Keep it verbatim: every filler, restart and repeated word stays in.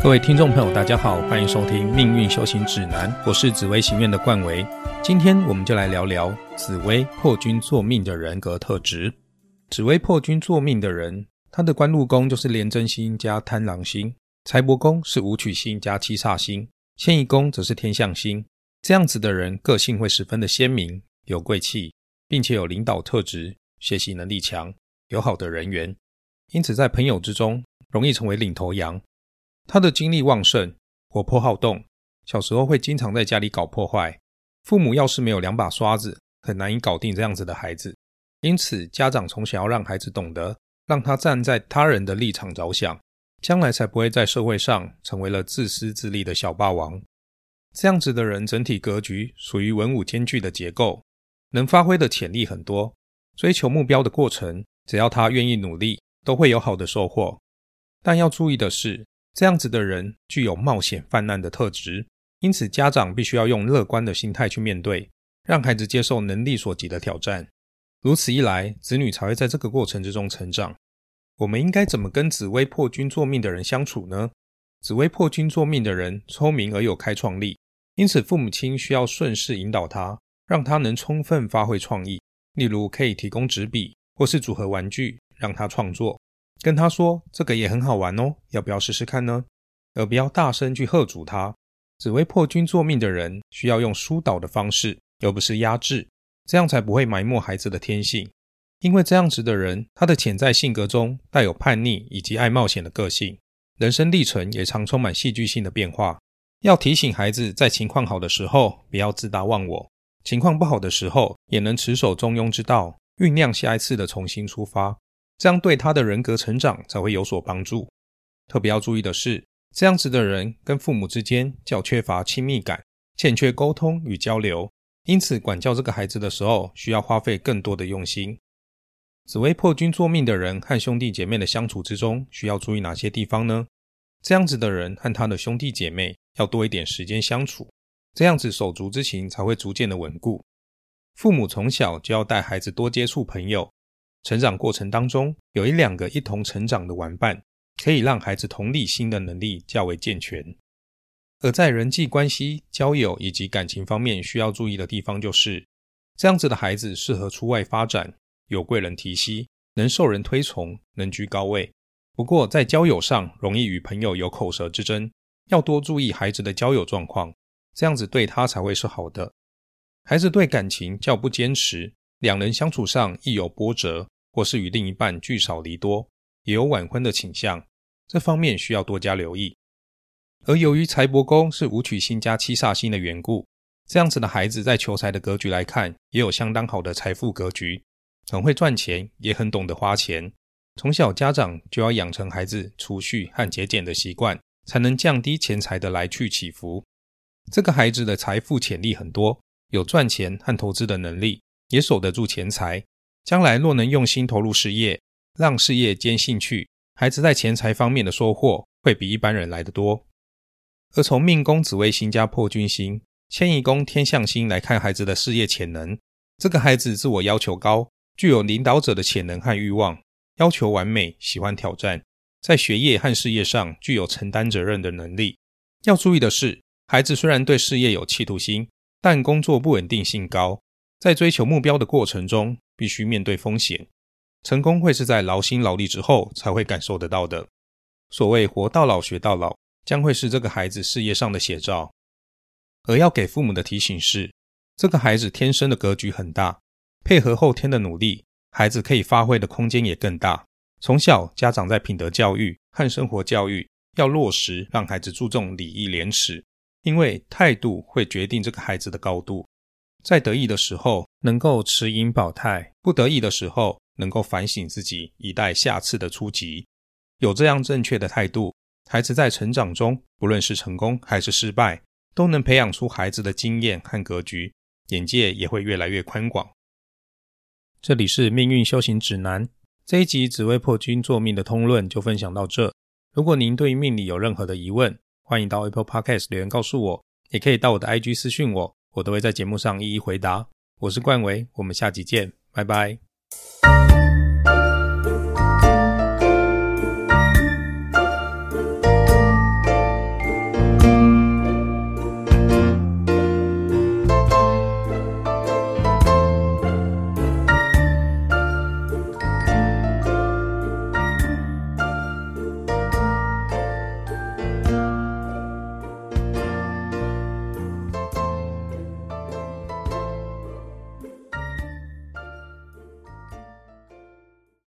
各位听众朋友大家好，欢迎收听命运修行指南，我是紫微行院的冠维。今天我们就来聊聊紫微破军坐命的人格特质。紫微破军坐命的人，他的官禄宫就是廉贞星加贪狼星，财帛宫是武曲星加七煞星，迁移宫则是天相星。这样子的人个性会十分的鲜明，有贵气，并且有领导特质，学习能力强，有好的人缘，因此在朋友之中容易成为领头羊。他的精力旺盛，活泼好动，小时候会经常在家里搞破坏，父母要是没有两把刷子，很难以搞定这样子的孩子。因此家长从小要让孩子懂得让他站在他人的立场着想，将来才不会在社会上成为了自私自利的小霸王。这样子的人整体格局属于文武兼具的结构，能发挥的潜力很多，追求目标的过程只要他愿意努力，都会有好的收获。但要注意的是，这样子的人具有冒险犯难的特质，因此家长必须要用乐观的心态去面对，让孩子接受能力所及的挑战。如此一来，子女才会在这个过程之中成长。我们应该怎么跟紫微破军坐命的人相处呢？紫微破军坐命的人聪明而有开创力，因此父母亲需要顺势引导他，让他能充分发挥创意。例如可以提供纸笔或是组合玩具让他创作，跟他说这个也很好玩哦，要不要试试看呢？而不要大声去喝阻他。紫微破军坐命的人需要用疏导的方式，而不是压制，这样才不会埋没孩子的天性。因为这样子的人，他的潜在性格中带有叛逆以及爱冒险的个性，人生历程也常充满戏剧性的变化。要提醒孩子在情况好的时候不要自大忘我，情况不好的时候也能持守中庸之道，酝酿下一次的重新出发，这样对他的人格成长才会有所帮助。特别要注意的是，这样子的人跟父母之间较缺乏亲密感，欠缺沟通与交流，因此管教这个孩子的时候需要花费更多的用心。紫微破军坐命的人和兄弟姐妹的相处之中需要注意哪些地方呢？这样子的人和他的兄弟姐妹要多一点时间相处，这样子手足之情才会逐渐的稳固。父母从小就要带孩子多接触朋友，成长过程当中有一两个一同成长的玩伴，可以让孩子同理心的能力较为健全。而在人际关系、交友以及感情方面需要注意的地方就是，这样子的孩子适合出外发展，有贵人提携，能受人推崇，能居高位。不过在交友上容易与朋友有口舌之争，要多注意孩子的交友状况，这样子对他才会是好的。孩子对感情较不坚持，两人相处上亦有波折，或是与另一半聚少离多，也有晚婚的倾向，这方面需要多加留意。而由于财帛宫是武曲星加七煞星的缘故，这样子的孩子在求财的格局来看，也有相当好的财富格局，很会赚钱，也很懂得花钱。从小家长就要养成孩子储蓄和节俭的习惯，才能降低钱财的来去起伏。这个孩子的财富潜力很多，有赚钱和投资的能力，也守得住钱财。将来若能用心投入事业，让事业兼兴趣，孩子在钱财方面的收获会比一般人来得多。而从命宫紫微星加破军星、迁移宫天相星来看孩子的事业潜能，这个孩子自我要求高，具有领导者的潜能和欲望，要求完美，喜欢挑战，在学业和事业上具有承担责任的能力。要注意的是，孩子虽然对事业有企图心，但工作不稳定性高，在追求目标的过程中必须面对风险，成功会是在劳心劳力之后才会感受得到的。所谓活到老学到老，将会是这个孩子事业上的写照。而要给父母的提醒是，这个孩子天生的格局很大，配合后天的努力，孩子可以发挥的空间也更大。从小家长在品德教育和生活教育要落实，让孩子注重礼义廉耻，因为态度会决定这个孩子的高度。在得意的时候能够持盈保泰，不得意的时候能够反省自己，以待下次的出击。有这样正确的态度，孩子在成长中不论是成功还是失败，都能培养出孩子的经验和格局，眼界也会越来越宽广。这里是命运修行指南，这一集紫微破军坐命的通论就分享到这。如果您对于命理有任何的疑问，欢迎到 Apple Podcast 留言告诉我，也可以到我的 I G 私讯我，我都会在节目上一一回答。我是冠维，我们下集见，拜拜。